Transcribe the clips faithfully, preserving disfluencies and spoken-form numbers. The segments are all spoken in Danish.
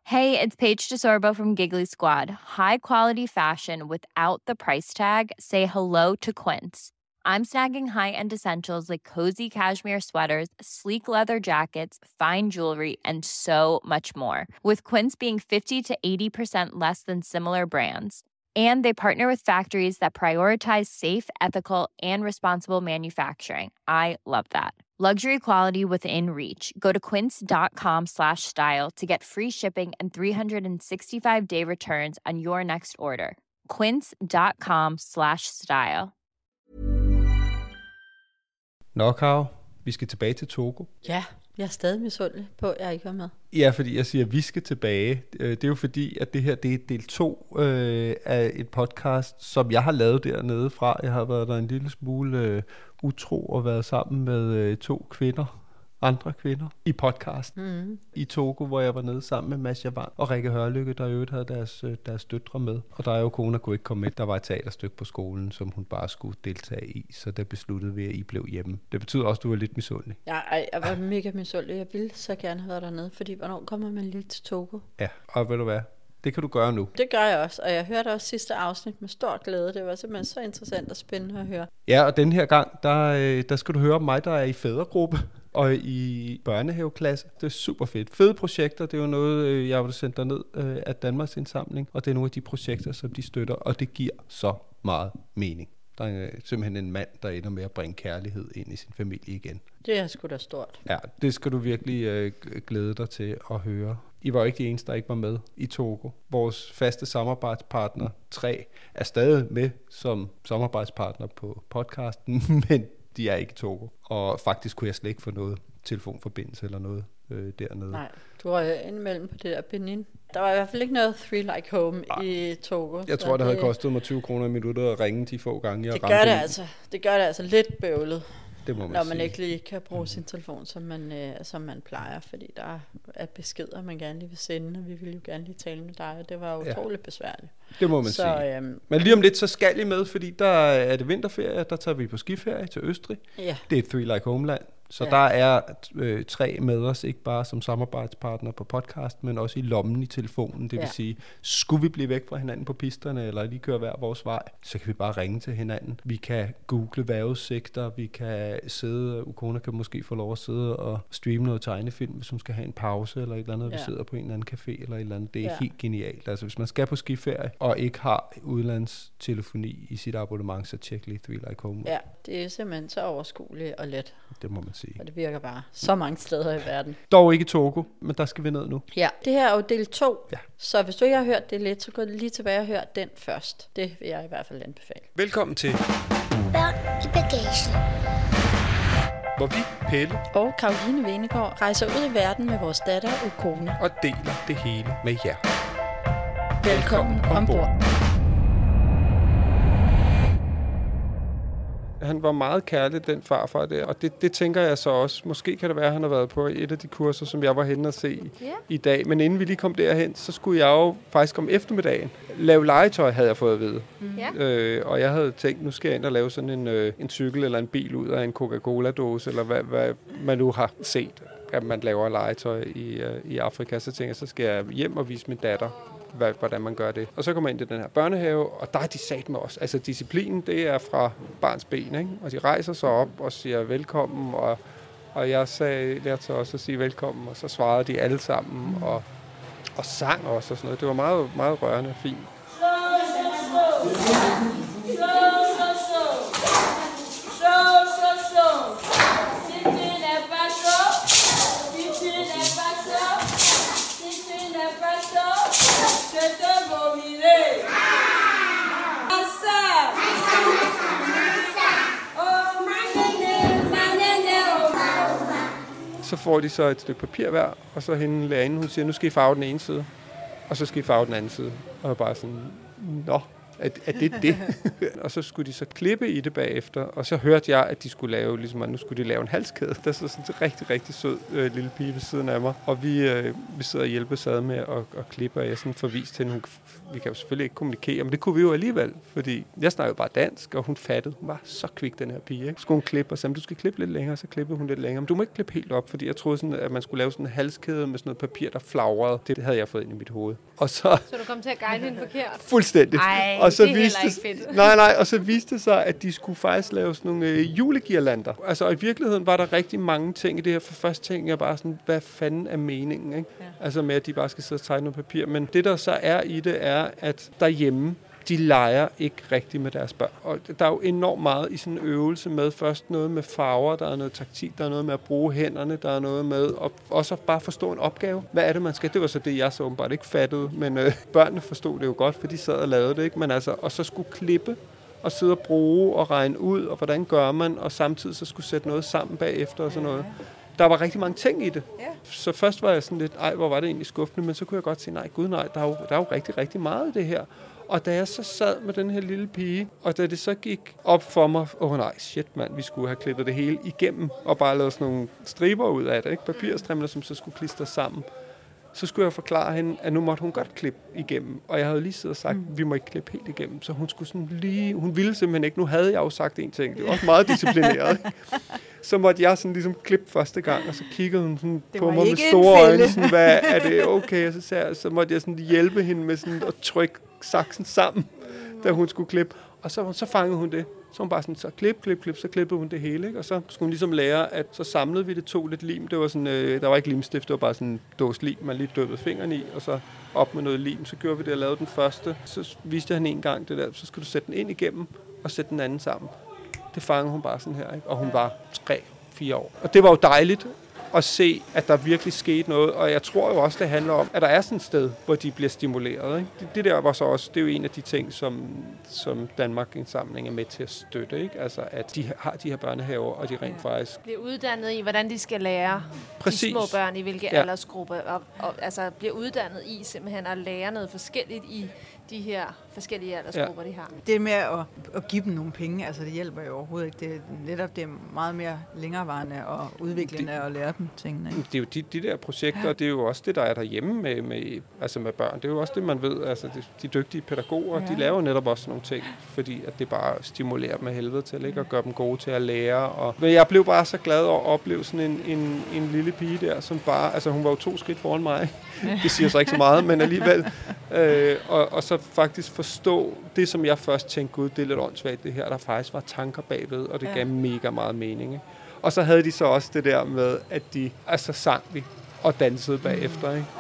Hey, it's Paige DeSorbo from Giggly Squad. High quality fashion without the price tag. Say hello to Quince. I'm snagging high-end essentials like cozy cashmere sweaters, sleek leather jackets, fine jewelry, and so much more. With Quince being fifty to eighty percent less than similar brands. And they partner with factories that prioritize safe, ethical, and responsible manufacturing. I love that. Luxury quality within reach. Go to quince.com slash style to get free shipping and three sixty-five day returns on your next order. Quince.com slash style. Nå, Karo, vi skal tilbage til Togo. Ja, jeg er stadig misundelig på, at jeg ikke var med. Ja, fordi jeg siger, at vi skal tilbage. Det er jo fordi, at det her det er del to øh, af et podcast, som jeg har lavet dernede fra. Jeg har været der en lille smule øh, utro og været sammen med øh, to kvinder, andre kvinder, i podcasten mm. i Togo, hvor jeg var nede sammen med Mads Javand og Rikke Hørlykke, der i øvrigt havde deres, deres døtre med. Og der er jo kone kunne ikke komme med. Der var et teaterstykke på skolen, som hun bare skulle deltage i, så der besluttede vi, at I blev hjemme. Det betyder også, at du er lidt misundelig. Ja, ej, jeg var mega misundelig. Jeg ville så gerne have været dernede, fordi hvornår kommer man lige til Togo? Ja, og ved du hvad? Det kan du gøre nu. Det gør jeg også, og jeg hørte også sidste afsnit med stor glæde. Det var simpelthen så interessant og spændende at høre. Ja, og den her gang, der, der skal du høre om mig, der er i fædregruppe og i børnehaveklasse. Det er super fedt. Fede projekter, det er jo noget, jeg vil sende dig ned af Danmarks Indsamling, og det er nogle af de projekter, som de støtter, og det giver så meget mening. Der er simpelthen en mand, der ender med at bringe kærlighed ind i sin familie igen. Det er sgu da stort. Ja, det skal du virkelig øh, glæde dig til at høre. I var ikke de eneste, der ikke var med i Togo. Vores faste samarbejdspartner, tre, er stadig med som samarbejdspartner på podcasten, men de er ikke i Togo. Og faktisk kunne jeg slet ikke få noget telefonforbindelse eller noget øh, dernede. Nej, du var indimellem på det der Benin. Der var i hvert fald ikke noget Three Like Home Ej. i Togo. Jeg tror, det havde kostet mig tyve kroner i minuttet at ringe de få gange, jeg det ramte gør det ind. altså. Det gør det altså lidt bøvlet. Det må man når man sige. ikke lige kan bruge sin telefon, som man, øh, som man plejer, fordi der er beskeder, man gerne lige vil sende, og vi vil jo gerne lige tale med dig, og det var utroligt ja. besværligt. Det må man så, sige. Øhm, Men lige om lidt, så skal I med, fordi der er det vinterferie, der tager vi på skiferie til Østrig. Ja. Det er et Three Like Homeland. Så ja. der er øh, tre med os, ikke bare som samarbejdspartner på podcast, men også i lommen i telefonen. Det vil ja. sige, skulle vi blive væk fra hinanden på pisterne, eller lige køre hver vores vej, så kan vi bare ringe til hinanden. Vi kan google vejrudsigter, vi kan sidde, Ukona kan måske få lov at sidde og streame noget tegnefilm, hvis hun skal have en pause eller et eller andet, ja. vi sidder på en eller anden café eller et eller andet. Det er ja. helt genialt. Altså hvis man skal på skiferie, og ikke har udlandstelefoni i sit abonnement, så tjek lige Three Like Home. Ja, det er simpelthen så overskueligt og let. Det må man sige. Og det virker bare så mange steder i verden. Dog ikke i Togo, men der skal vi ned nu. Ja, det her er jo del to. Ja. Så hvis du ikke har hørt det lidt, så gå lige tilbage og hør den først. Det vil jeg i hvert fald anbefale. Velkommen til Børn i bagagen. Hvor vi, Pelle og Caroline Venegård rejser ud i verden med vores datter Ukona og deler det hele med jer. Velkommen, Velkommen ombord. Han var meget kærlig, den farfar der, og det, det tænker jeg så også. Måske kan det være, at han har været på et af de kurser, som jeg var henne og se yeah. i dag. Men inden vi lige kom derhen, så skulle jeg jo faktisk om eftermiddagen lave legetøj, havde jeg fået at vide. Mm. Øh, og jeg havde tænkt, nu skal jeg ind og lave sådan en, øh, en cykel eller en bil ud af en Coca-Cola-dåse, eller hvad, hvad man nu har set, at man laver legetøj i, øh, i Afrika. Så tænkte jeg, så skal jeg hjem og vise min datter, hvordan man gør det. Og så kommer jeg ind til den her børnehave, og der er de sat med os. Altså disciplinen, det er fra barns ben, ikke? Og de rejser sig op og siger velkommen, og, og jeg sagde, lærte så også at sige velkommen, og så svarede de alle sammen, mm. og, og sang også og sådan noget. Det var meget, meget rørende og fint. Så får de så et stykke papir hver, og så hende lærerinde, hun siger, nu skal I farve den ene side, og så skal I farve den anden side. Og jeg bare sådan, nå, Er, er det det? Og så skulle de så klippe i det bagefter, og så hørte jeg, at de skulle lave, ligesom at nu skulle de lave en halskæde. Der så sådan en rigtig, rigtig sød øh, lille pige ved siden af mig, og vi, øh, vi sidder og hjælper sad med at, at klippe, og jeg sådan forvist til hende. Vi kan jo selvfølgelig ikke kommunikere, men det kunne vi jo alligevel, fordi jeg snakkede bare dansk, og hun fattede. Hun var så kvik, den her pige. Ikke? Skulle hun klippe, og sagde, du skal klippe lidt længere, så klippede hun lidt længere. Men du må ikke klippe helt op, fordi jeg troede, sådan, at man skulle lave sådan en halskæde med sådan noget papir, der flagrede. Det havde jeg fået ind i mit hoved. Og så, så du kom til at guide hende forkert? Fuldstændig. Ej, og så det er viste, heller ikke fedt. Nej, nej, og så viste det sig, at de skulle faktisk lave sådan nogle øh, julegirlander. Altså, og i virkeligheden var der rigtig mange ting i det her. For først tænkte jeg bare sådan, hvad fanden er meningen? Ikke? Ja. Altså med, at de bare skal sidde og tegne noget papir. Men det, der så er i det, er, at derhjemme, de leger ikke rigtigt med deres børn. Og der er jo enormt meget i sådan en øvelse med først noget med farver, der er noget taktik, der er noget med at bruge hænderne, der er noget med at også bare forstå en opgave. Hvad er det, man skal? Det var så det, jeg så åbenbart ikke fattede, men øh, børnene forstod det jo godt, for de sad og lavede det, ikke? Men altså, og så skulle klippe og sidde og bruge og regne ud, og hvordan gør man, og samtidig så skulle sætte noget sammen bagefter og sådan noget. Der var rigtig mange ting i det. Ja. Så først var jeg sådan lidt, ej, hvor var det egentlig skuffende, men så kunne jeg godt sige, nej, gud nej, der er jo, der er jo rigtig, rigtig meget i det her. Og da jeg så sad med den her lille pige, og da det så gik op for mig, åh oh, nej, shit mand, vi skulle have klippet det hele igennem, og bare lavet sådan nogle striber ud af det, ikke? Papirstrimler, som så skulle klistre sammen. Så skulle jeg forklare hende, at nu måtte hun godt klippe igennem. Og jeg havde lige siddet og sagt, at vi må ikke klippe helt igennem. Så hun skulle sådan lige, hun ville simpelthen ikke. Nu havde jeg jo sagt en ting. Det var også meget disciplineret. Så måtte jeg sådan ligesom klippe første gang, og så kiggede hun sådan på mig med store øjne. Sådan, hvad er det okay? Og så, sagde jeg, så måtte jeg sådan hjælpe hende med sådan at trykke saksen sammen, da hun skulle klippe. Og så, så fangede hun det. Så hun bare sådan, så klip, klip, klip, så klippede hun det hele, ikke? Og så skulle hun ligesom lære, at så samlede vi det, tog lidt lim. Det var sådan, øh, der var ikke limstift, det var bare sådan en dåse lim, man lige døbede fingrene i, og så op med noget lim. Så gjorde vi det og lavede den første. Så viste jeg hende en gang det der, så skulle du sætte den ind igennem, og sætte den anden sammen. Det fangede hun bare sådan her, ikke? Og hun var tre, fire år. Og det var jo dejligt at se, at der virkelig skete noget. Og jeg tror jo også, det handler om, at der er sådan et sted, hvor de bliver stimuleret. Ikke? Det, det der var så også, det er jo en af de ting, som, som Danmark Indsamling er med til at støtte. Ikke? Altså, at de har de her børnehaver, og de rent ja. faktisk bliver uddannet i, hvordan de skal lære Præcis. de små børn, i hvilke ja. aldersgrupper. Og, og, altså bliver uddannet i simpelthen at lære noget forskelligt i de her forskellige aldersgrupper, ja. de har. Det med at, at give dem nogle penge, altså det hjælper jo overhovedet ikke. Det er netop det er meget mere længerevarende og udviklende det, at lære dem tingene. Ikke? Det er jo de, de der projekter, ja. og det er jo også det, der er derhjemme med, med, altså med børn. Det er jo også det, man ved. Altså de, de dygtige pædagoger, ja. de laver netop også nogle ting, fordi at det bare stimulerer dem af helvede til, ikke? Og gør dem gode til at lære. Og, men jeg blev bare så glad over at opleve sådan en, en, en lille pige der, som bare, altså hun var jo to skridt foran mig. Det siger så ikke så meget, men alligevel. Øh, og, og så faktisk forstå det, som jeg først tænkte, gud, det er lidt åndssvagt det her, der faktisk var tanker bagved, og det ja. gav mega meget mening. Ikke? Og så havde de så også det der med, at de, altså sang vi og dansede bagefter, ikke?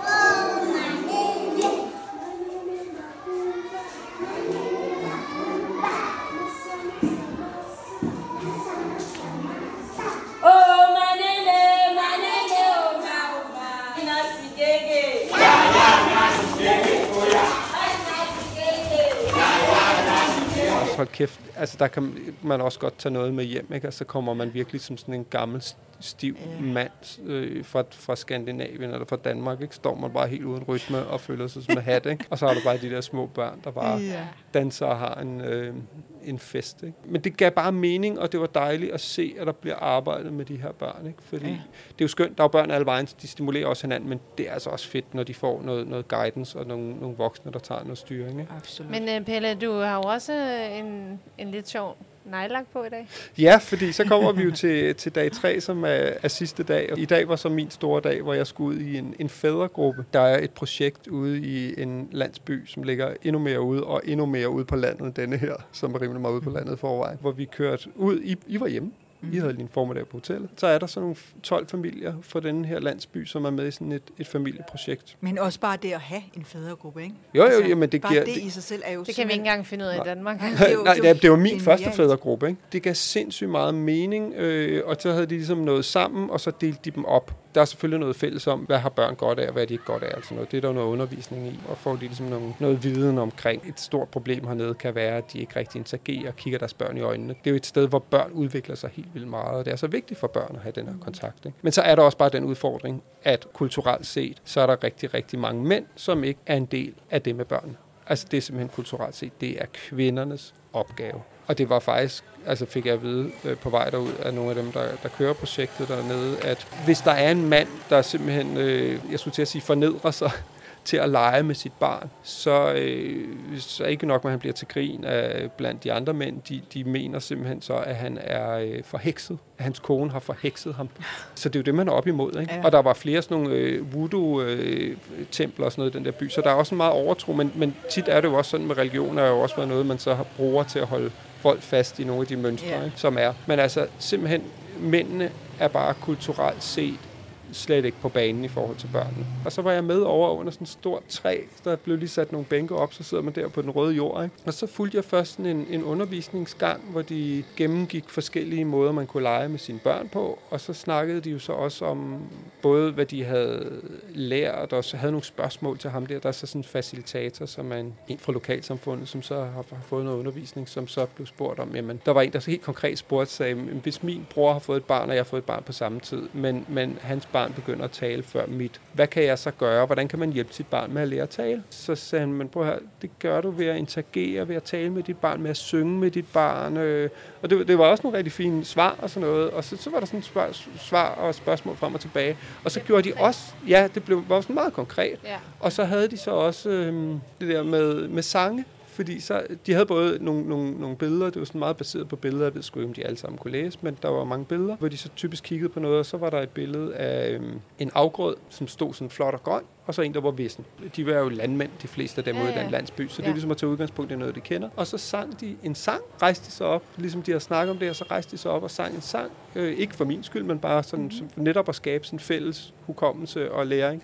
Hold kæft, altså der kan man også godt tage noget med hjem, ikke? Og så kommer man virkelig som sådan en gammel, stiv mand øh, fra, fra Skandinavien eller fra Danmark, ikke? Står man bare helt uden rytme og føler sig som en hat, ikke? Og så har du bare de der små børn, der bare yeah. danser og har en, øh, en fest, ikke? Men det gav bare mening, og det var dejligt at se, at der bliver arbejdet med de her børn, ikke? Fordi yeah. det er jo skønt, der er jo børn alle vejen, de stimulerer også hinanden, men det er altså også fedt, når de får noget, noget guidance og nogle, nogle voksne, der tager noget styring, ikke? Absolut. Men uh, Pelle, du har jo også en, en lidt sjov nejlak på i dag. Ja, fordi så kommer vi jo til, til dag tre, som er, er sidste dag. Og i dag var så min store dag, hvor jeg skulle ud i en, en fædregruppe. Der er et projekt ude i en landsby, som ligger endnu mere ude, og endnu mere ude på landet end denne her, som er rimelig meget ude på landet i forvejen. Hvor vi kørte ud. I, I var hjemme. I havde lige en formiddag på hotellet. Så er der så nogle tolv familier fra denne her landsby, som er med i sådan et, et familieprojekt. Men også bare det at have en fædregruppe, ikke? Jo, jo, altså, jo, men det bare giver... det i sig selv er jo det kan vi ikke engang finde ud af i Danmark. Nej, det, jo, Nej, det, det var min genialt. første fædregruppe, ikke? Det gav sindssygt meget mening, øh, og så havde de ligesom noget sammen, og så delte de dem op. Der er selvfølgelig noget fælles om, hvad har børn godt af, og hvad de ikke godt af. Altså noget. Det er der noget undervisning i, og får de ligesom nogle, noget viden omkring. Et stort problem hernede kan være, at de ikke rigtig interagerer og kigger deres børn i øjnene. Det er jo et sted, hvor børn udvikler sig helt vildt meget, og det er så vigtigt for børn at have den her kontakt. Ikke? Men så er der også bare den udfordring, at kulturelt set, så er der rigtig, rigtig mange mænd, som ikke er en del af det med børn. Altså det er simpelthen kulturelt set, det er kvindernes opgave. Og det var faktisk, altså fik jeg at vide øh, på vej derud af nogle af dem, der, der kører projektet dernede, at hvis der er en mand, der simpelthen, øh, jeg skulle til at sige, fornedrer sig til at lege med sit barn, så, øh, så ikke nok, at han bliver til grin af blandt de andre mænd. De, de mener simpelthen så, at han er øh, forhekset. At hans kone har forhekset ham. Så det er jo det, man er op imod. Ikke? Ja. Og der var flere sådan nogle øh, voodoo-templer og sådan noget i den der by, så der er også en meget overtro, men, men tit er det jo også sådan med religion, er jo også været noget, man så har bruger til at holde folk fast i nogle af de mønstre, ja. Ikke, som er. Men altså simpelthen, mændene er bare kulturelt set slet ikke på banen i forhold til børnene. Og så var jeg med over under sådan et stort træ, der blev lige sat nogle bænke op, så sidder man der på den røde jord. Ikke? Og så fulgte jeg først sådan en, en undervisningsgang, hvor de gennemgik forskellige måder, man kunne lege med sine børn på, og så snakkede de jo så også om både, hvad de havde lært, og så havde nogle spørgsmål til ham der. Der er så sådan en facilitator, som er en, en fra lokalsamfundet, som så har, har fået noget undervisning, som så blev spurgt om, jamen, der var en, der så helt konkret spurgte, sagde, hvis min bror har fået et barn, og jeg har fået et barn på samme tid, men, men hans barn begynder at tale før mit. Hvad kan jeg så gøre? Hvordan kan man hjælpe sit barn med at lære at tale? Så sagde han, men prøv her, det gør du ved at interagere, ved at tale med dit barn, med at synge med dit barn. Øh, og det, det var også nogle rigtig fine svar og sådan noget. Og så, så var der sådan svar, svar og spørgsmål frem og tilbage. Og så gjorde de også, ja, det blev, var sådan meget konkret. Ja. Og så havde de så også øh, det der med, med sange. Fordi så, de havde både nogle, nogle, nogle billeder, det var sådan meget baseret på billeder, jeg ved sgu ikke, om de alle sammen kunne læse, men der var mange billeder, hvor de så typisk kiggede på noget, og så var der et billede af øhm, en afgrød, som stod sådan flot og grøn, og så en, der var vissen. De var jo landmænd, de fleste af dem, ja, ude i den landsby, så ja. Det er ligesom at tage udgangspunkt i noget, de kender. Og så sang de en sang, rejste de sig op, ligesom de har snakket om det, og så rejste de sig op og sang en sang. Øh, ikke for min skyld, men bare sådan, mm-hmm. netop at skabe sådan fælles hukommelse og læring.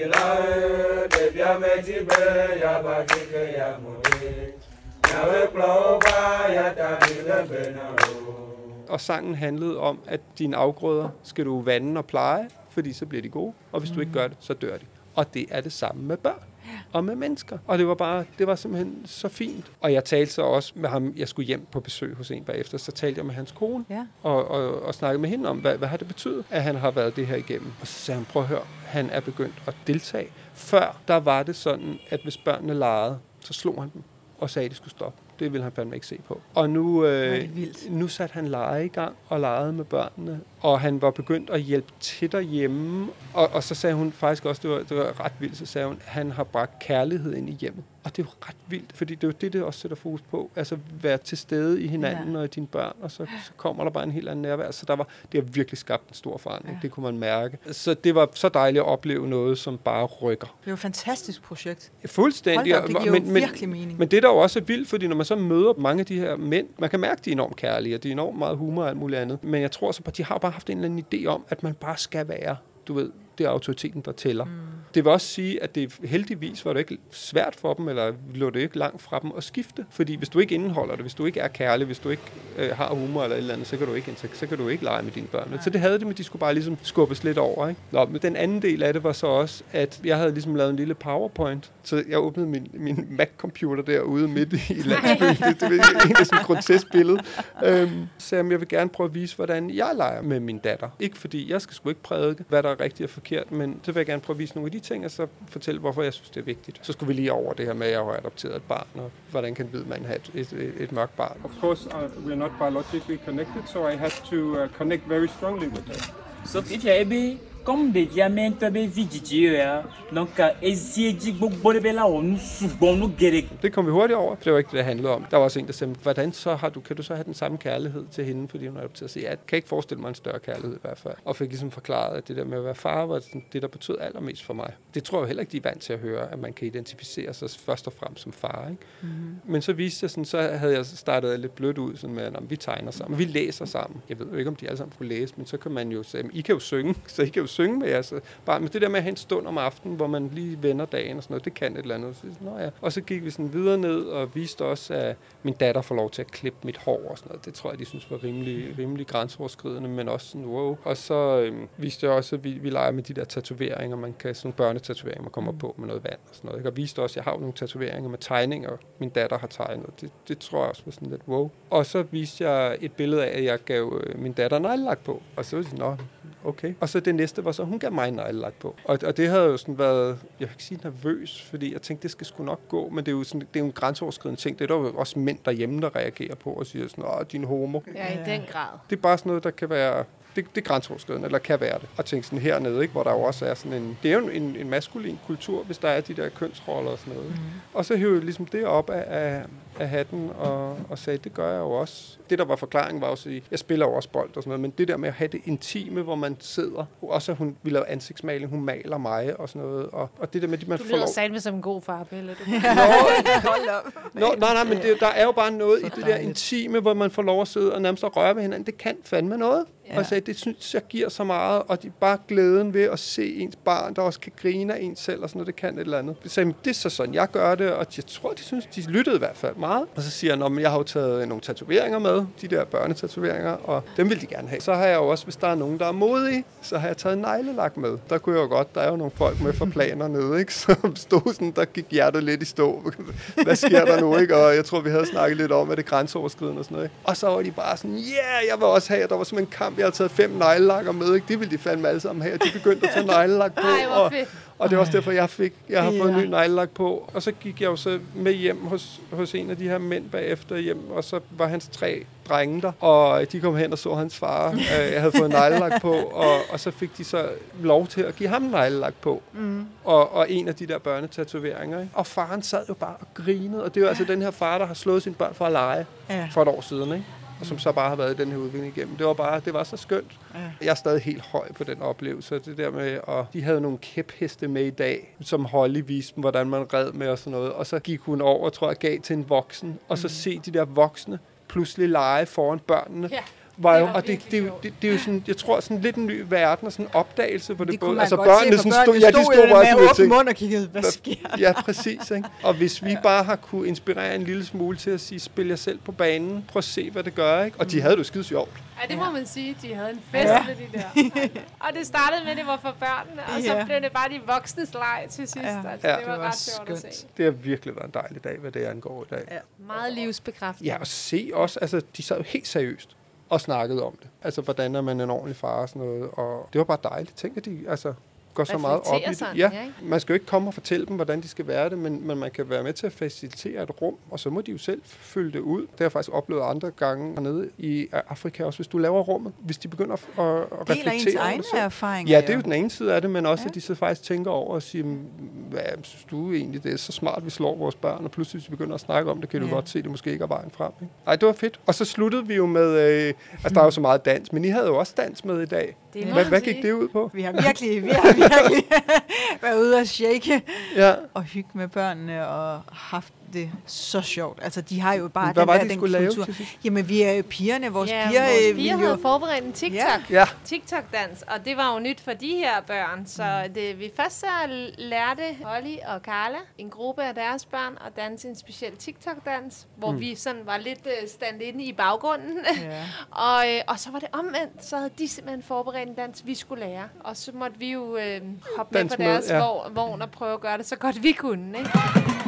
Og sangen handlede om, at dine afgrøder skal du vande og pleje, fordi så bliver de gode, og hvis du ikke gør det, så dør de. Og det er det samme med børn og med mennesker. Og det var bare, det var simpelthen så fint. Og jeg talte så også med ham, jeg skulle hjem på besøg hos en bagefter, så talte jeg med hans kone, ja. og, og, og snakkede med hende om, hvad, hvad har det betydet, at han har været det her igennem. Og så sagde han, prøv at høre, han er begyndt at deltage. Før, der var det sådan, at hvis børnene legede, så slog han dem og sagde, at de skulle stoppe. Det ville han fandme ikke se på. Og nu, øh, nu satte han lege i gang og legede med børnene, og han var begyndt at hjælpe til derhjemme. Og, og så sagde hun faktisk også, det var, det var ret vildt, så sagde hun, at han har bragt kærlighed ind i hjemmet. Og det er jo ret vildt, fordi det er jo det, det også sætter fokus på. Altså være til stede i hinanden ja. og i dine børn, og så, så kommer der bare en helt anden nærvær. Så der var, det har virkelig skabt en stor forandring, ja. Det kunne man mærke. Så det var så dejligt at opleve noget, som bare rykker. Det er jo et fantastisk projekt. Fuldstændig. Hold da, det giver men, jo virkelig men, mening. Men det der jo også er vildt, fordi når man så møder mange af de her mænd, man kan mærke, de er enormt kærlige, og de er enormt meget humor og alt muligt andet. Men jeg tror så, at de har bare haft en eller anden idé om, at man bare skal være, du ved, det er autoriteten, der tæller. Mm. Det vil også sige, at det heldigvis var det ikke svært for dem, eller lå det ikke langt fra dem at skifte. Fordi hvis du ikke indeholder det, hvis du ikke er kærlig, hvis du ikke øh, har humor eller et eller andet, så kan du ikke, så kan du ikke lege med dine børn. Nej. Så det havde det, men de skulle bare ligesom skubbes lidt over. Ikke? Nå, men den anden del af det var så også, at jeg havde ligesom lavet en lille PowerPoint. Så jeg åbnede min, min Mac-computer derude midt i landsbyen. Det, det var egentlig sådan et grotesk billede. Øhm, så jeg vil gerne prøve at vise, hvordan jeg leger med min datter. Ikke fordi jeg skal sgu ikke prædike, hvad der er rigtigt og forkert, men så vil jeg gerne prøve at vise nogle af de ting, og så fortælle, hvorfor jeg synes, det er vigtigt. Så skulle vi lige over det her med, at jeg har adopteret et barn, og hvordan kan en hvid mand have et, et, et, et mørkt barn. Of course, uh, we're not biologically connected, so I had to uh, connect very strongly with her. So if jeg er comme be diamante be vigtige er donc eziegi gbogbo det bela onu sugbon nu gerek. Det kom vi hurtigt over. Det var ikke det, det handlede om. Der var også en, der sagde, hvordan så har du, kan du så have den samme kærlighed til hende, fordi hun er adopteret? Så jeg kan ikke forestille mig en større kærlighed i hvert fald. Og fik ligesom forklaret, at det der med at være far var det, der betød allermest for mig. Det tror jeg heller ikke, de er vant til at høre, at man kan identificere sig først og fremmest som far. Ikke? Mm-hmm. Men så viste jeg sådan, så havde jeg startet lidt blødt ud, sådan med, at vi tegner sammen, vi læser sammen. Jeg ved jo ikke, om de alle sammen kunne læse, men så kan man jo sige, I kan jo synge, så I kan jo synge med jeres barn. Men det der med at have en stund om aftenen, hvor man lige vender dagen og sådan noget, det kan et eller andet. Så, nå ja. Og så gik vi sådan videre ned og viste også, at min datter får lov til at klippe mit hår og sådan noget. Det tror jeg, de synes var rimelig, rimelig grænseoverskridende, men også sådan wow. Og så øhm, viste jeg også, at vi, vi leger med de der tatoveringer, man kan, sådan nogle børnetatoveringer, man kommer på med noget vand og sådan noget. Og viste også, at jeg har jo nogle tatoveringer med tegninger, min datter har tegnet. Det, det tror jeg også var sådan lidt wow. Og så viste jeg et billede af, at jeg gav øh, min datter neglelak på. Og så var det sådan, nå, okay. Og så det næste var så, hun gav mig en neglelak på. Og, og det havde jo sådan været, jeg vil ikke sige nervøs, fordi jeg tænkte, det skal sgu nok gå, men det er jo, sådan, det er jo en grænseoverskridende ting. Det er der jo også mænd derhjemme, der reagerer på og siger sådan, åh, din homo. Ja, i den grad. Det er bare sådan noget, der kan være... Det, det er grænseoverskridende, eller kan være det. Og tænke sådan hernede, ikke, hvor der jo også er sådan en... Det er jo en, en maskulin kultur, hvis der er de der kønsroller og sådan noget. Mm. Og så hævde jeg ligesom det op af, af, af hatten og, og sagde, det gør jeg jo også. Det, der var forklaringen, var også, at jeg spiller jo også bold og sådan noget, men det der med at have det intime, hvor man sidder... Også at hun vil lave ansigtsmaling, hun maler mig og sådan noget. Og, og det der med, at man du får lyder lov... satme som en god far, Pelle. Du. Hold op. Nå, nej, nej, men det, der er jo bare noget i det der intime, hvor man får lov at sidde og nærmest at røre ved hinanden. Det kan fandme noget. Ja. Og jeg sagde, det synes jeg giver så meget, og de bare glæden ved at se ens barn, der også kan grine af en selv, og sådan noget, det kan et eller andet. Jeg sagde, det er så sådan, jeg gør det, og jeg tror, de synes, de lyttede i hvert fald meget. Og så siger han, at jeg har jo taget nogle tatoveringer med, de der børnetatoveringer, og dem vil de gerne have. Så har jeg jo også, hvis der er nogen, der er modige, så har jeg taget neglelak med. Der kunne jeg jo godt, der er jo nogle folk med for planer nede, ikke? Som stod sådan, der gik hjertet lidt i stå. Hvad sker der nu, ikke? Og jeg tror, vi havde snakket lidt om, at det er grænseoverskridende og sådan noget, ikke? Og så var de bare sådan, ja, yeah, jeg vil også have, der var som en kamp, jeg havde taget fem neglelakker med, ikke? Det ville de fandme alle sammen have, og de begyndte at tage neglelak på. Ej, hvor fedt. Og det er også derfor, jeg fik, jeg har fået Ja. en ny neglelak på. Og så gik jeg jo så med hjem hos, hos en af de her mænd bagefter hjem, og så var hans tre drenge der, og de kom hen og så hans far. Jeg havde fået en neglelak på, og, og så fik de så lov til at give ham en neglelak på. Mm. Og, og en af de der børnetatoveringer. Ikke? Og faren sad jo bare og grinede, og det er jo ja. altså den her far, der har slået sine børn for at lege ja. for et år siden, ikke? Og som så bare har været i den her udvikling igennem. Det var bare, det var så skønt. Ja. Jeg er stadig helt høj på den oplevelse. Det der med, og de havde nogle kæpheste med i dag, som Holly viste dem, hvordan man red med og sådan noget. Og så gik hun over, tror jeg, gav til en voksen. Og så se de der voksne pludselig lege foran børnene. Ja. Var jo, og det, det, det, det, det er jo sådan, jeg tror, sådan lidt en ny verden og sådan en opdagelse, hvor det, det både, altså børnene sådan stod, ja, de stod bare bare med åben mund og kiggede, hvad sker der? Ja, præcis, ikke? Og hvis vi bare har kunne inspirere en lille smule til at sige, spil jer selv på banen, prøv at se, hvad det gør, ikke? Og de havde det jo skide sjovt. Ej, det må man sige, de havde en fest ja. med de der. Og det startede med, at det var for børnene, og så ja. blev det bare de voksnes leg til sidst. Ja. Altså, ja. det var, det var ret sjovt at se. Det har virkelig været en dejlig dag, hvad det angår i dag. Ja. Meget livsbekræftende. Ja, og se også, altså, de sad jo helt seriøst og snakkede om det. Altså, hvordan er man en ordentlig far og sådan noget. Og det var bare dejligt. Tænk, at de altså, går så meget op i det. Sådan, ja, man skal jo ikke komme og fortælle dem, hvordan de skal være det, men, men man kan være med til at facilitere et rum, og så må de jo selv fylde det ud. Det har jeg faktisk oplevet andre gange hernede i Afrika også. Hvis du laver rummet, hvis de begynder at, at, at reflektere over det. Deler ens egne erfaringer. Ja, det er jo den ene side af det, men også, ja. at de så faktisk tænker over og siger, hvad synes du egentlig, det er så smart, vi slår vores børn, og pludselig hvis vi begynder at snakke om det, kan du ja. godt se, at det måske ikke er vejen frem. Ikke? Ej, det var fedt. Og så sluttede vi jo med, øh, altså der er jo så meget dans, men I havde jo også dans med i dag. Hvad, hvad gik det ud på? Vi har virkelig, vi har virkelig været ude og shake ja. og hygge med børnene og haft det så sjovt. Altså, de har jo bare hvad den var der, det, den skulle kultur. Lave Jamen, vi er jo pigerne. Vores ja, piger, vores piger havde jo forberedt en TikTok. Ja. TikTok-dans, og det var jo nyt for de her børn. Så det, vi først så lærte Holly og Carla, en gruppe af deres børn, at danse en speciel TikTok-dans, hvor mm. vi sådan var lidt uh, stand-inde i baggrunden. Ja. og, øh, og så var det omvendt. Så havde de simpelthen forberedt en dans, vi skulle lære. Og så måtte vi jo øh, hoppe dans med på deres med, ja. vogn og prøve at gøre det så godt vi kunne, ikke?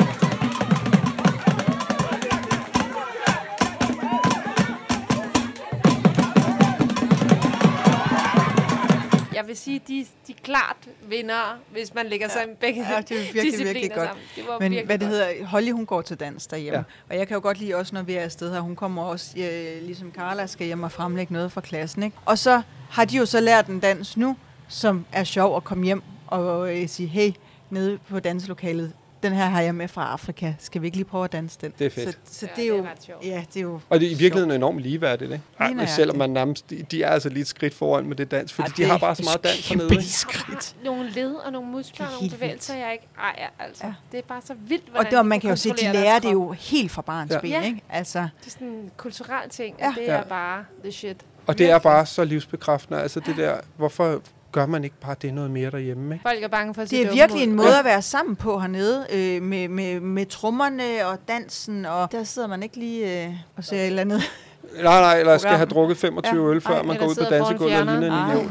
Jeg vil sige, de, de klart vinder, hvis man lægger sig ja. begge ja, det er virkelig, virkelig godt. Det var Men virkelig hvad det godt. hedder, Holly, hun går til dans derhjemme. Ja. Og jeg kan jo godt lide også, når vi er afsted her, hun kommer også, øh, ligesom Carla, skal hjem og fremlægge noget fra klassen. Ikke? Og så har de jo så lært en dans nu, som er sjov at komme hjem og øh, sige, hey, nede på danselokalet, den her har jeg med fra Afrika. Skal vi ikke lige prøve at danse den? Det er fedt. Så, så ja, det, er jo, det er ret sjovt. Ja, det er jo og det er i virkeligheden enormt ligeværdigt, ikke? Ej, selvom man nærmest, de, de er altså lige et skridt foran med det dans, fordi ja, de har bare så meget dans hernede. Ikke? Skridt. Nogle led og nogle muskler og nogle bevægelser, jeg ikke ejer, altså. Ja. Det er bare så vildt, hvordan og det, man kan jo se, de lærer det jo helt fra barns ja. ben, ja. ikke? Altså. Det er sådan en kulturel ting, ja. og det ja. er bare the shit. Og det er bare så livsbekræftende, altså det der, hvorfor gør man ikke bare det noget mere derhjemme, ikke? Folk er bange for at det er virkelig en måde at være sammen på hernede, øh, med, med, med trommerne og dansen, og der sidder man ikke lige øh, og ser et eller andet. Nej, nej, eller skal have drukket femogtyve ja. øl, før Ej, man går ud på dansegulvet og ligner en idiot.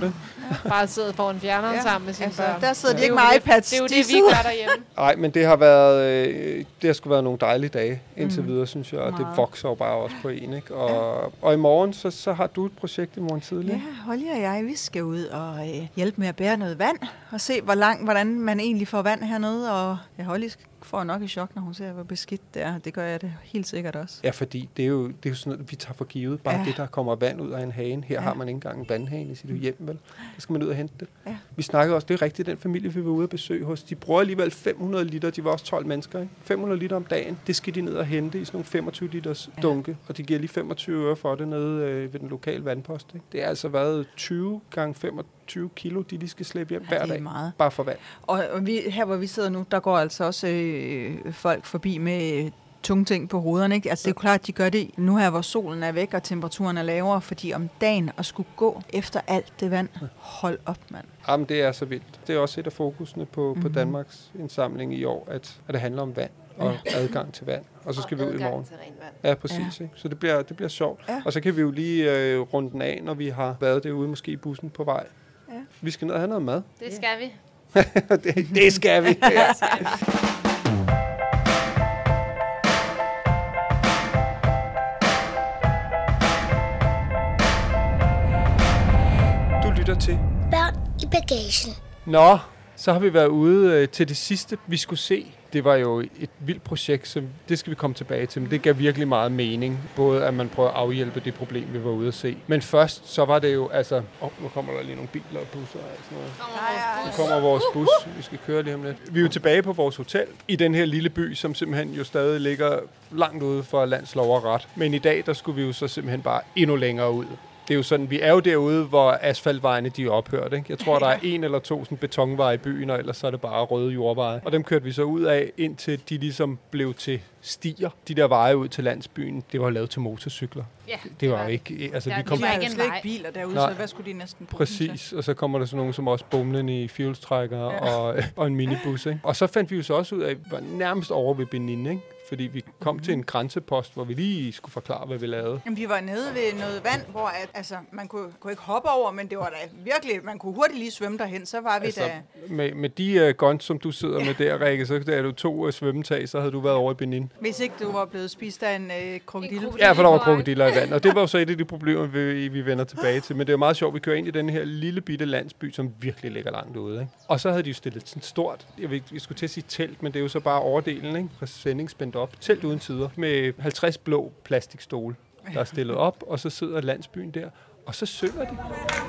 Bare sidde foran fjerneren ja. sammen med sine altså, børn. Der sidder ja. de ikke med iPads. Det er jo de det, vi gør derhjemme. Nej, men det har været, øh, det har sgu været nogle dejlige dage indtil mm. videre, synes jeg. Og Meget. det vokser jo bare også på en, ikke? Og, ja. og i morgen, så, så har du et projekt i morgen tidlig. Ja, Holly og jeg, vi skal ud og øh, hjælpe med at bære noget vand. Og se, hvor langt, hvordan man egentlig får vand hernede. Og ja, Holly får nok i chok, når hun ser, hvor beskidt det er. Det gør jeg det helt sikkert også. Ja, fordi det er jo, det er jo sådan noget, vi tager for givet. Bare ja. det, der kommer vand ud af en hane. Her ja. har man ikke engang en vandhane i sit hjem, vel? Der skal man ud og hente det. Ja. Vi snakkede også, det er rigtigt, den familie, vi var ude at besøge hos. De bruger alligevel fem hundrede liter. De var også tolv mennesker, ikke? fem hundrede liter om dagen. Det skal de ned og hente i sådan nogle femogtyve liters ja. dunke. Og de giver lige femogtyve øre for det nede øh, ved den lokale vandpost. Ikke? Det er altså været tyve gange femogtyve kilo, de lige skal slæbe hjem ja, hver dag. Meget. Bare for vand. Og vi, her, hvor vi sidder nu, der går altså også øh, folk forbi med tunge ting på hovederne, ikke? Altså, det er jo klart, at de gør det nu her, hvor solen er væk, og temperaturen er lavere, fordi om dagen at skulle gå efter alt det vand, hold op, mand. Jamen, det er så vildt. Det er også et af fokusene på, mm-hmm. på Danmarks indsamling i år, at, at det handler om vand og ja. adgang til vand. Og så skal og vi ud i morgen. Ja, præcis. Ja. Ikke? Så det bliver, det bliver sjovt. Ja. Og så kan vi jo lige øh, runde den af, når vi har været derude, måske i bussen på vej. Ja. Vi skal ned og have noget mad. Det skal vi. det, det skal vi. Ja. til. Børn i bagagen. Nå, så har vi været ude øh, til det sidste, vi skulle se. Det var jo et vildt projekt, så det skal vi komme tilbage til. Men det gav virkelig meget mening. Både at man prøver at afhjælpe det problem, vi var ude at se. Men først, så var det jo, altså... Åh, oh, nu kommer der lige nogle biler og busser og sådan noget. Nu kommer vores bus. Vi skal køre lige om lidt. Vi er jo tilbage på vores hotel i den her lille by, som simpelthen jo stadig ligger langt ude for landslov og ret. Men i dag, der skulle vi jo så simpelthen bare endnu længere ud. Det er jo sådan, vi er jo derude, hvor asfaltvejene de er ophørt. Ikke? Jeg tror, der er en eller to sådan betonveje i byen, og ellers så er det bare røde jordveje. Og dem kørte vi så ud af, indtil de ligesom blev til stier. De der veje ud til landsbyen, det var lavet til motorcykler. Ja, det, det var jo ikke... Altså, der, vi kom, de har jo slet ikke biler derude, nej, så hvad skulle de næsten bruge? Præcis, og så kommer der sådan nogen som også bumlende i fjolstrækker ja. og, og en minibus. Ikke? Og så fandt vi jo så også ud af, at vi var nærmest over ved Benin, ikke? Fordi vi kom mm-hmm. til en grænsepost, hvor vi lige skulle forklare, hvad vi lavede. Jamen, vi var nede ved noget vand, hvor at, altså, man kunne, kunne ikke hoppe over, men det var da virkelig, man kunne hurtigt lige svømme derhen, så var vi altså, da... Med, med de uh, guns, som du sidder ja. med der, Rikke, så er du to uh, svømmetag, så havde du været over i Benin. Hvis ikke du var blevet spist af en uh, krokodille. Ja, for der var krokodiller i vand, og det var jo så et af de problemer, vi, vi vender tilbage til. Men det er jo meget sjovt, vi kører ind i den her lille bitte landsby, som virkelig ligger langt ude. Ikke? Og så havde de jo stillet sådan stort, jeg, ved, jeg skulle til at sige telt, men det er jo så bare overdelen, ikke? Præsending spændt op. Telt uden sider med halvtreds blå plastikstole, der er stillet op, og så sidder landsbyen der, og så synger de.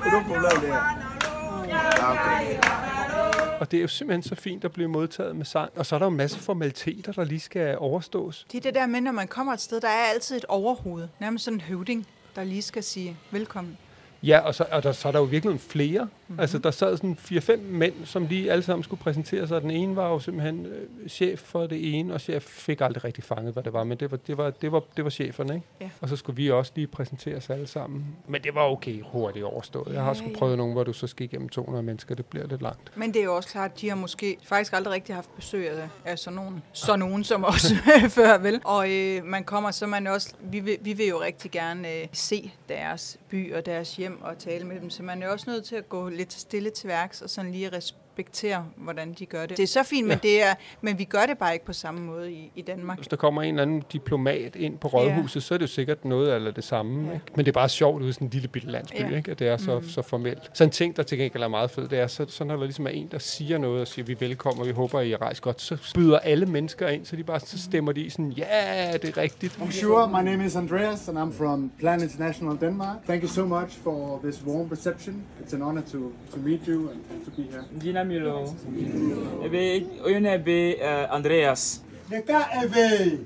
Og det er jo simpelthen så fint at blive modtaget med sang. Og så er der jo en masse formaliteter, der lige skal overstås. Det er det der med, når man kommer et sted, der er altid et overhoved. Nærmest sådan en høvding, der lige skal sige velkommen. Ja, og så, og der, så er der jo virkelig flere. Mm-hmm. Altså, der sad sådan fire-fem mænd, som lige alle sammen skulle præsentere sig. Den ene var jo simpelthen øh, chef for det ene, og chef fik aldrig rigtig fanget, hvad det var. Men det var, det var, det var, det var cheferne, ikke? Ja. Og så skulle vi også lige præsentere os alle sammen. Men det var okay hurtigt overstået. Jeg har også ja, prøvet ja. nogle, hvor du så skal igennem to hundrede mennesker. Det bliver lidt langt. Men det er jo også klart, at de har måske faktisk aldrig rigtig haft besøg af, af sådan nogen, så nogen som os før, vel? Og øh, man kommer, så man også... Vi vil, vi vil jo rigtig gerne øh, se deres by og deres hjem og tale med dem, så man er også nødt til at gå lidt stille til værks og sådan lige respektere, hvordan de gør det. Det er så fint, ja. men, det er, men vi gør det bare ikke på samme måde i, i Danmark. Hvis der kommer en eller anden diplomat ind på rådhuset, ja. så er det jo sikkert noget eller det samme. Ja. Ikke? Men det er bare sjovt ude i sådan en lille bitte landsby, ja. ikke? At det er så, mm. så formelt. Så en ting, der til gengæld er meget fed, det er, så, så når der ligesom er en, der siger noget og siger, vi er velkommen, og vi håber, I rejser godt, så byder alle mennesker ind, så de bare så stemmer de sådan, ja, yeah, det er rigtigt. Bonjour, my name is Andreas, and I'm from Plan International Denmark. Thank you so much for this warm reception. It's an honor to, to meet you and, and to be here. Gina Milo. Ebe, oyuna ebe Andreas. Neka ebe.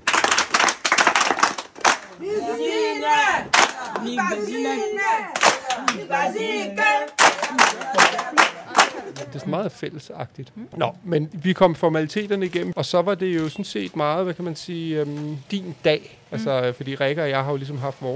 Nizine. Nizine. Nizine. Det er sådan meget fællesagtigt. Mm. Nå, men vi kom formaliteterne igennem, og så var det jo sådan set meget, hvad kan man sige, øhm, din dag. Altså, mm. fordi Rikke og jeg har jo ligesom haft vores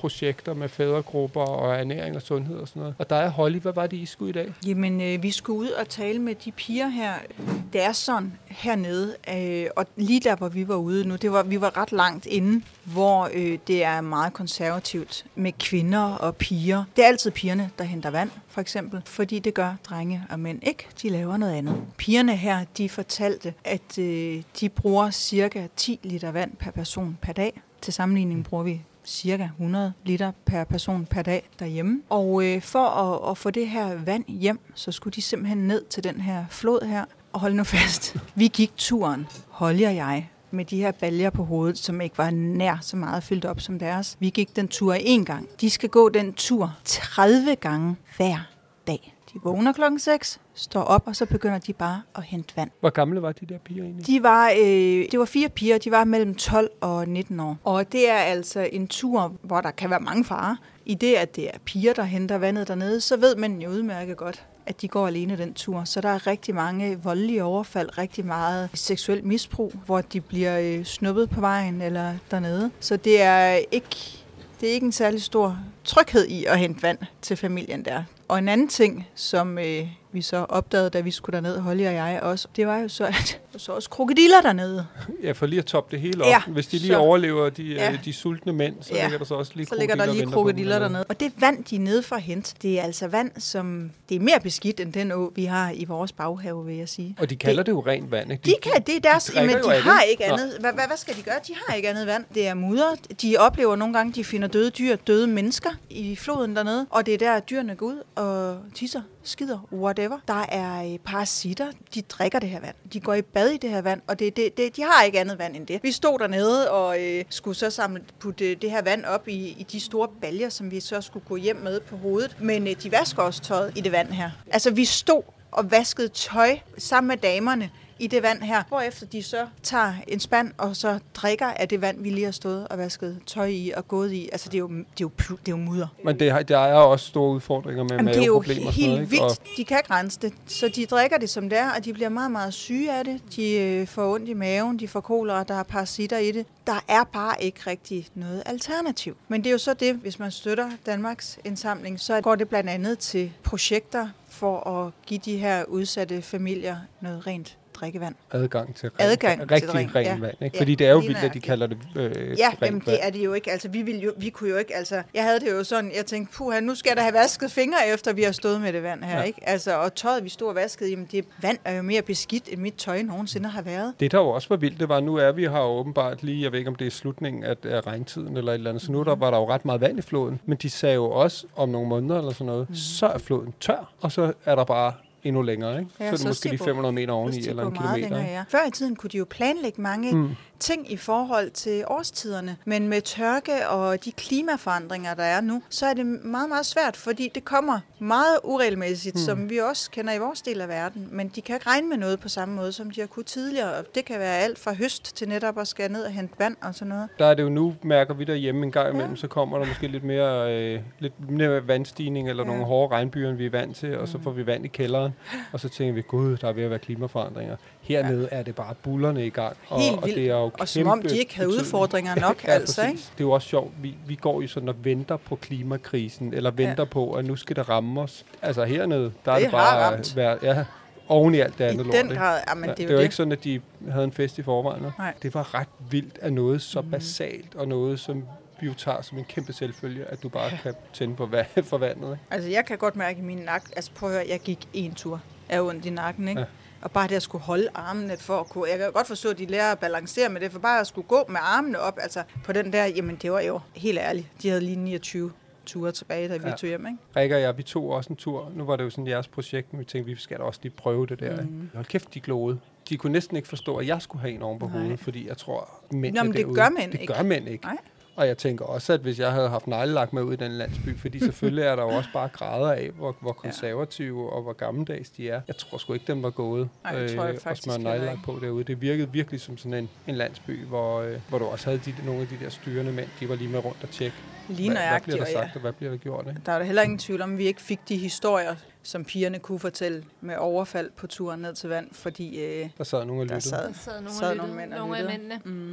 projekter med fædregrupper og ernæring og sundhed og sådan noget. Og der er Holly, hvad var det, I skulle i dag? Jamen, øh, vi skulle ud og tale med de piger her. Det er sådan hernede, øh, og lige der, hvor vi var ude nu, det var, vi var ret langt inde, hvor øh, det er meget konservativt med kvinder og piger. Det er altid pigerne, der henter vand, for eksempel, fordi det gør drenge og mænd ikke. De laver noget andet. Pigerne her, de fortalte, at øh, de bruger cirka ti liter vand per person per dag. Til sammenligning bruger vi cirka hundrede liter per person per dag derhjemme. Og øh, for at, at få det her vand hjem, så skulle de simpelthen ned til den her flod her. Og hold nu fast, vi gik turen, Holly og jeg, med de her baljer på hovedet, som ikke var nær så meget fyldt op som deres. Vi gik den tur én gang. De skal gå den tur tredive gange hver dag. De vågner klokken seks, står op, og så begynder de bare at hente vand. Hvor gamle var de der piger egentlig? De var, øh, det var fire piger, de var mellem tolv og nitten år. Og det er altså en tur, hvor der kan være mange farer. I det, at det er piger, der henter vandet dernede, så ved man jo udmærket godt, at de går alene den tur. Så der er rigtig mange voldelige overfald, rigtig meget seksuelt misbrug, hvor de bliver øh, snuppet på vejen eller dernede. Så det er ikke, det er ikke en særlig stor tryghed i at hente vand til familien der. Og en anden ting, som øh, vi så opdagede, da vi skulle derned, Holly og jeg også, det var jo så, at der så også krokodiller dernede. Ja, for lige at toppe det hele op. Ja, Hvis de lige så, overlever de, ja. de sultne mænd, så ja. ligger der så også lige så ligger der lige krokodiller dernede. Og det vand, de er nede for at hente, det er altså vand, som det er mere beskidt end den å, vi har i vores baghave, vil jeg sige. Og de kalder det, det jo rent vand, ikke? De, de kan, det er deres, de, men de har det. ikke andet. Hvad, hvad, hvad skal de gøre? De har ikke andet vand. Det er mudder. De oplever nogle gange, de finder døde dyr, døde mennesker i floden dernede, og det er der, dyrene går ud og tisser, skider, whatever. Der er parasitter, de drikker det her vand. De går i bad i det her vand, og det, det, det, de har ikke andet vand end det. Vi stod dernede og øh, skulle så samle putte det her vand op i, i de store baljer, som vi så skulle gå hjem med på hovedet. Men øh, de vasker også tøjet i det vand her. Altså, vi stod og vaskede tøj sammen med damerne i det vand her, hvorefter de så tager en spand og så drikker af det vand, vi lige har stået og vasket tøj i og gået i. Altså, det er jo, det er jo, det er jo mudder. Men det, der er også store udfordringer med maveproblemer. Det er jo helt noget, vildt. Og de kan grænse det, så de drikker det som det er, og de bliver meget, meget syge af det. De øh, får ondt i maven, de får kolera, der er parasitter i det. Der er bare ikke rigtig noget alternativ. Men det er jo så det, hvis man støtter Danmarks indsamling, så går det blandt andet til projekter for at give de her udsatte familier noget rent drikkevand. Adgang til ren, Adgang rigtig til ren ja. vand, ikke? Ja. Fordi det er jo vildt, at de kalder det øh, ja, rent jamen, det er det jo ikke. Altså, vi, ville jo, vi kunne jo ikke, altså, jeg havde det jo sådan, jeg tænkte, puha, nu skal jeg da have vasket fingre, efter vi har stået med det vand her, ja. Ikke? Altså, og tøjet, vi stod og vaskede, jamen, det vand er jo mere beskidt, end mit tøj nogensinde har været. Det, der jo også var vildt, det var, nu er vi her åbenbart lige, jeg ved ikke, om det er slutningen af, af regntiden eller et eller andet, så nu der var der jo ret meget vand i floden, men de sagde jo også, om nogle måneder eller sådan noget, mm. så er floden tør, og så er der bare endnu længere, ikke? Ja, så er det så måske lige fem hundrede meter oveni, eller en kilometer. Længere, ja. Før i tiden kunne de jo planlægge mange mm. ting i forhold til årstiderne, men med tørke og de klimaforandringer, der er nu, så er det meget, meget svært, fordi det kommer meget uregelmæssigt, mm. som vi også kender i vores del af verden, men de kan ikke regne med noget på samme måde, som de har kunnet tidligere, og det kan være alt fra høst til netop at skære ned og hente vand og sådan noget. Der er det jo nu, mærker vi derhjemme en gang imellem, ja. Så kommer der måske lidt mere, øh, lidt mere vandstigning, eller ja. Nogle hårde regnbyer, end vi er vant til, og mm. så får vi vand i kælderen, og så tænker vi, gud, der er ved at være klimaforandringer. Hernede ja. Er det bare bullerne i gang. Og, Helt vildt. Og, det er jo og som om de ikke havde udfordringer nok, ja, altså. Ikke? Det er jo også sjovt. Vi, vi går jo sådan og venter på klimakrisen, eller venter ja. På, at nu skal det ramme os. Altså hernede, der det er det bare været, ja, oven i alt det andet lort. I den grad, ja, men ja, det er jo det. var det. ikke sådan, at de havde en fest i forvejen. Nej. Det var ret vildt af noget så mm. basalt, og noget, som vi jo tager som en kæmpe selvfølge, at du bare ja. Kan tænde på vand, for vandet. Ikke? Altså, jeg kan godt mærke i min nakke, altså prøv at høre, jeg gik en tur af ondt i nakken, ikke? Ja. Og bare det at skulle holde armene for at kunne... Jeg kan godt forstå, at de lærer at balancere med det, for bare at skulle gå med armene op, altså på den der, jamen det var jo helt ærligt. De havde lige niogtyve ture tilbage, da vi ja. Tog hjem, ikke? Rikke og jeg, vi tog også en tur. Nu var det jo sådan jeres projekt, men vi tænkte, vi skal da også lige prøve det der. Mm. Hold kæft, de glode. De kunne næsten ikke forstå, at jeg skulle have en oven på Nej. Hovedet, fordi jeg tror, mænd Nå, men det derude, gør mænd det ikke. gør mænd ikke. Nej. Og jeg tænker også, at hvis jeg havde haft neglelak med ud i den landsby, fordi selvfølgelig er der jo også bare grader af, hvor, hvor konservative ja. Og hvor gammeldags de er. Jeg tror sgu ikke, dem var gået Ej, øh, og smøre neglelak på derude. Det virkede virkelig som sådan en, en landsby, hvor, øh, hvor du også havde de, nogle af de der styrende mænd, de var lige med rundt og tjekke. Lige hvad, hvad bliver der sagt, ja. Og hvad bliver der gjort? Ikke? Der er der heller ingen tvivl om, at vi ikke fik de historier, som pigerne kunne fortælle med overfald på turen ned til vand, fordi øh, der sad nogle af der sad, der sad nogle, sad af nogle mænd og nogle af mændene. Mm.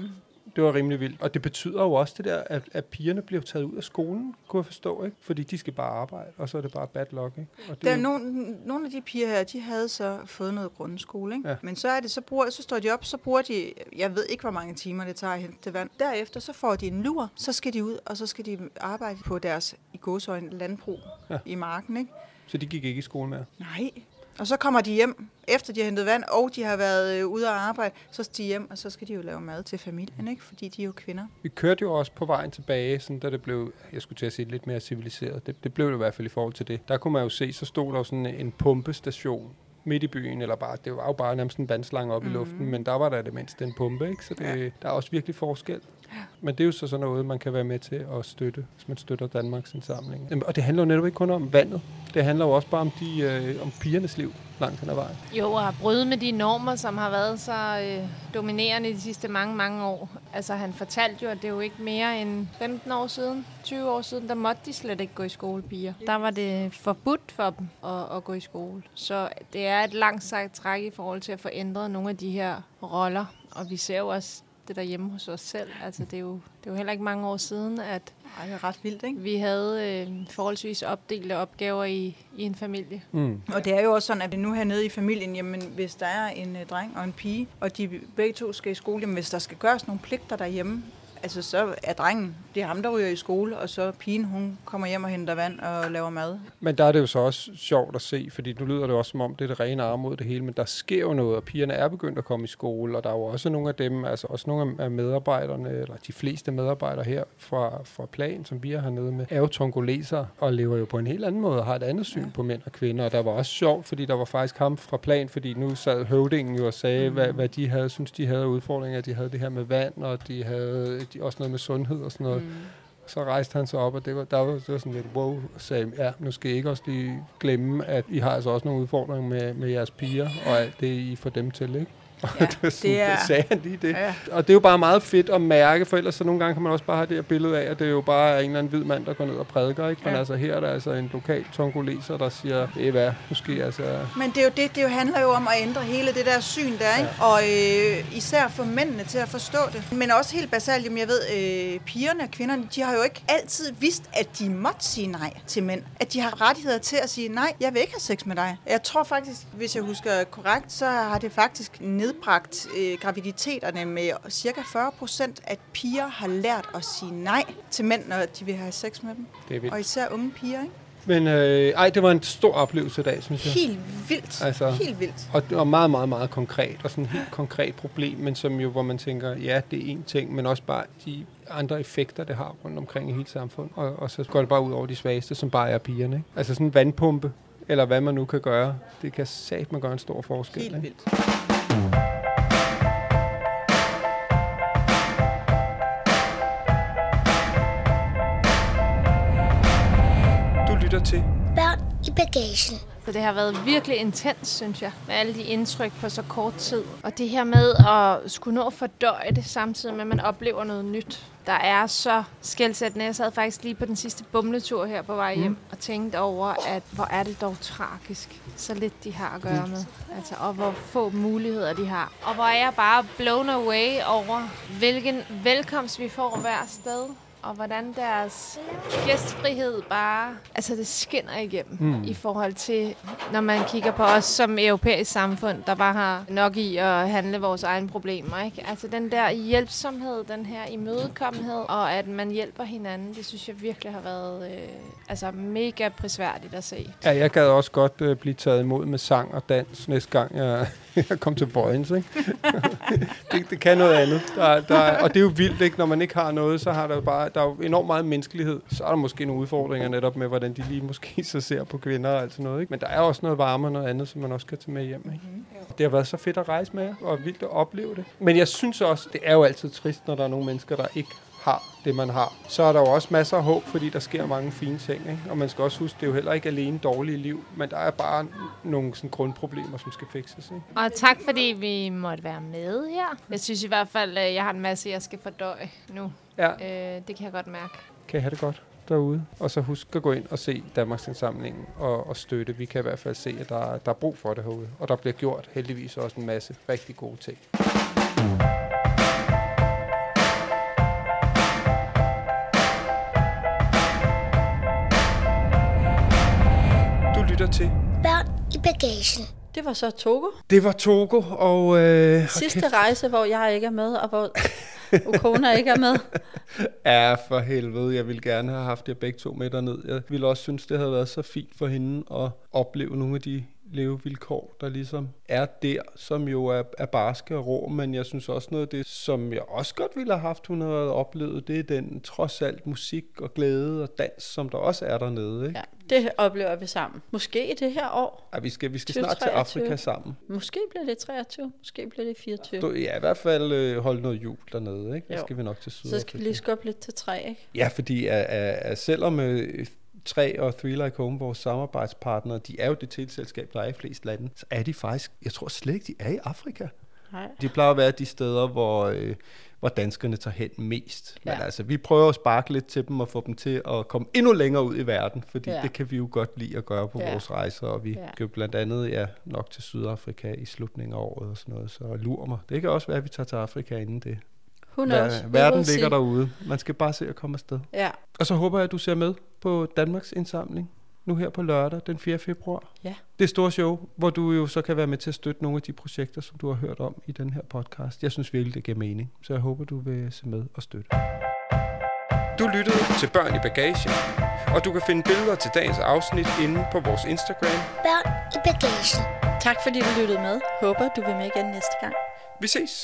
Det var rimelig vildt. Og det betyder jo også det der, at, at pigerne bliver taget ud af skolen, kunne jeg forstå, ikke? Fordi de skal bare arbejde, og så er det bare bad luck, ikke? Og det der er jo... nogle, nogle af de piger her, de havde så fået noget grundskole, ikke? Ja. Men så er det, så, bruger, så står de op, så bruger de, jeg ved ikke, hvor mange timer det tager at hente til vand. Derefter, så får de en lur, så skal de ud, og så skal de arbejde på deres, i gåseøjne, landbrug ja. i marken, ikke? Så de gik ikke i skole mere? Nej. Og så kommer de hjem, efter de har hentet vand, og de har været øh, ude at arbejde, så skal de hjem, og så skal de jo lave mad til familien, ikke? Fordi de er jo kvinder. Vi kørte jo også på vejen tilbage, sådan, da det blev, jeg skulle til at sige, lidt mere civiliseret. Det, det blev det i hvert fald i forhold til det. Der kunne man jo se, så stod der jo sådan en pumpestation midt i byen, eller bare, det var jo bare nærmest en vandslange op mm. i luften, men der var der det mindste en pumpe, ikke? Så det, ja. Der er også virkelig forskel. Men det er jo så sådan noget, man kan være med til at støtte, hvis man støtter Danmarks Indsamling. Og det handler jo netop ikke kun om vandet. Det handler jo også bare om, de, øh, om pigernes liv langt hen ad vejen. Jo, og at bryde med de normer, som har været så øh, dominerende de sidste mange, mange år. Altså han fortalte jo, at det er jo ikke mere end femten år siden, tyve år siden, der måtte de slet ikke gå i skole, piger. Der var det forbudt for dem at, at gå i skole. Så det er et langt sejt træk i forhold til at få ændret nogle af de her roller. Og vi ser jo også det der hjemme hos os selv. Altså det er jo, det er jo heller ikke mange år siden, at Ej, det er ret vildt, ikke? vi havde øh, forholdsvis opdelte opgaver i, i en familie. Mm. Og det er jo også sådan, at nu hernede i familien, jamen hvis der er en uh, dreng og en pige, og de begge to skal i skole, jamen hvis der skal gøres nogle pligter derhjemme, altså så er drengen, det er ham, der ryger i skole, og så pigen, hun kommer hjem og henter vand og laver mad. Men der er det jo så også sjovt at se, fordi nu lyder det også som om, det er det rene armod det hele, men der sker jo noget, og pigerne er begyndt at komme i skole, og der er jo også nogle af dem, altså også nogle af medarbejderne, eller de fleste medarbejdere her fra, fra Plan, som vi er hernede med, er jo tongolesere, og lever jo på en helt anden måde, og har et andet syn ja. på mænd og kvinder, og der var også sjovt, fordi der var faktisk ham fra Plan, fordi nu sad høvdingen jo og sagde, mm. hvad, hvad de havde, synes de havde udfordringer, de havde det her med vand, og de havde de, også noget med sundhed og sådan noget. Mm. Så rejste han sig op, og det var, der var, det var sådan lidt wow, og sagde, ja, nu skal I ikke også lige glemme, at I har altså også nogle udfordringer med, med jeres piger, og alt det, I får dem til, ikke? Ja, det, var sådan, det, er, det sagde han lige det. Ja. Og det er jo bare meget fedt at mærke, for ellers så nogle gange kan man også bare have det her billede af, at det er jo bare en eller anden hvid mand, der går ned og prædiker, ikke? Men ja. altså her er der altså en lokal tongoleser, der siger, det er hvad, måske altså... Men det er jo det, det jo handler jo om at ændre hele det der syn der, ikke? Ja. Og øh, især få mændene til at forstå det. Men også helt basalt, jeg ved, øh, pigerne og kvinderne, de har jo ikke altid vidst, at de måtte sige nej til mænd. At de har rettigheder til at sige, nej, jeg vil ikke have sex med dig. Jeg tror faktisk, hvis jeg husker korrekt, så har det faktisk ned bragt øh, graviditeterne med cirka fyrre procent, at piger har lært at sige nej til mænd, når de vil have sex med dem. Det er vildt. Og især unge piger, ikke? Men øh, ej, det var en stor oplevelse i dag, synes jeg. Helt vildt. Altså, Helt vildt. Og det var meget, meget, meget konkret, og sådan et helt konkret problem, men som jo, hvor man tænker, ja, det er én ting, men også bare de andre effekter, det har rundt omkring i hele samfundet. Og, og så går det bare ud over de svageste, som bare er pigerne, ikke? Altså sådan en vandpumpe, eller hvad man nu kan gøre, det kan satme gøre en stor forskel. Helt vildt. Til. Børn i bagagen. Så det har været virkelig intens, synes jeg, med alle de indtryk på så kort tid. Og det her med at skulle nå at fordøje det, samtidig med, at man oplever noget nyt, der er så skelsættende. Jeg sad faktisk lige på den sidste bumletur her på vej hjem mm. og tænkte over, at hvor er det dog tragisk, så lidt de har at gøre med. Altså, og hvor få muligheder de har. Og hvor er jeg bare blown away over, hvilken velkomst vi får hver sted. Og hvordan deres gæstfrihed bare, altså det skinner igennem mm. i forhold til, når man kigger på os som europæisk samfund, der bare har nok i at handle vores egne problemer, ikke? Altså den der hjælpsomhed, den her imødekommenhed, og at man hjælper hinanden, det synes jeg virkelig har været øh, altså mega prisværdigt at se. Ja, jeg gad også godt øh, blive taget imod med sang og dans næste gang, jeg, jeg kom til Vojens, ikke? det, det kan noget andet. Der, der, og det er jo vildt, ikke? Når man ikke har noget, så har der jo bare der er jo enormt meget menneskelighed. Så er der måske nogle udfordringer netop med, hvordan de lige måske så ser på kvinder og alt sådan noget, ikke? Men der er også noget varme og noget andet, som man også kan tage med hjem, ikke? Mm-hmm. Det har været så fedt at rejse med, og vildt at opleve det. Men jeg synes også, det er jo altid trist, når der er nogle mennesker, der ikke har det, man har. Så er der jo også masser af håb, fordi der sker mange fine ting, ikke? Og man skal også huske, det er jo heller ikke alene dårlige liv, men der er bare nogle sådan grundproblemer, som skal fikses, ikke? Og tak, fordi vi måtte være med her. Jeg synes i hvert fald, at jeg har en masse, jeg skal fordøje nu. Ja. Øh, det kan jeg godt mærke. Kan jeg have det godt derude? Og så husk at gå ind og se Danmarks Indsamling og, og støtte. Vi kan i hvert fald se, at der, der er brug for det herude. Og der bliver gjort heldigvis også en masse rigtig gode ting. til? Børn i bagagen. Det var så Togo. Det var Togo, og... Øh, Sidste okay. rejse, hvor jeg ikke er med, og hvor Ukona ikke er med. Ja, for helvede. Jeg ville gerne have haft jer begge to med derned. Jeg ville også synes, det havde været så fint for hende at opleve nogle af de levevilkår, der ligesom er der, som jo er, er barske og rå, men jeg synes også noget af det, som jeg også godt ville have haft, hun havde oplevet, det er den trods alt musik og glæde og dans, som der også er dernede. Ikke? Ja, det oplever vi sammen. Måske det her år. Ja, vi skal, vi skal snart til Afrika sammen. Måske bliver det treogtyve, måske bliver det fireogtyve. Ja, i hvert fald øh, holde noget jul dernede, ikke? Så skal vi nok til Sydafrika. Så skal vi lige skubbe lidt til tre, ikke? Ja, fordi at, at, at selvom øh, Tre og Three Like Home, vores samarbejdspartnere, de er jo det teleselskab, der er i flest lande, så er de faktisk, jeg tror slet ikke, de er i Afrika. Nej. De plejer at være de steder, hvor, øh, hvor danskerne tager hen mest. Men ja. altså, vi prøver at sparke lidt til dem og få dem til at komme endnu længere ud i verden, fordi ja. det kan vi jo godt lide at gøre på ja. vores rejser, og vi ja. kan blandt andet ja, nok til Sydafrika i slutningen af året og sådan noget, så lurer mig. Det kan også være, at vi tager til Afrika inden det. Ver- verden ligger derude. Man skal bare se at komme afsted. Ja. Og så håber jeg, at du ser med på Danmarks indsamling nu her på lørdag den fjerde februar. Ja. Det store show, hvor du jo så kan være med til at støtte nogle af de projekter, som du har hørt om i den her podcast. Jeg synes virkelig, det giver mening. Så jeg håber, du vil se med og støtte. Du lyttede til Børn i bagagen, og du kan finde billeder til dagens afsnit inde på vores Instagram. Børn i bagagen. Tak fordi du lyttede med. Håber, du vil med igen næste gang. Vi ses!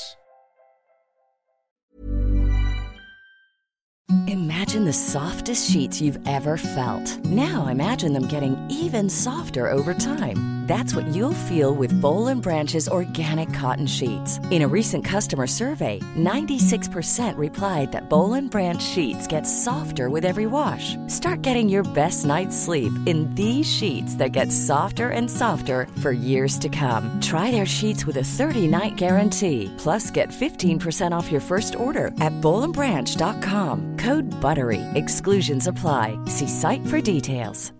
Imagine the softest sheets you've ever felt. Now imagine them getting even softer over time. That's what you'll feel with Boll and Branch's organic cotton sheets. In a recent customer survey, ninety-six percent replied that Boll and Branch sheets get softer with every wash. Start getting your best night's sleep in these sheets that get softer and softer for years to come. Try their sheets with a thirty-night guarantee. Plus, get fifteen percent off your first order at boll and branch dot com. Code BUTTERY. Exclusions apply. See site for details.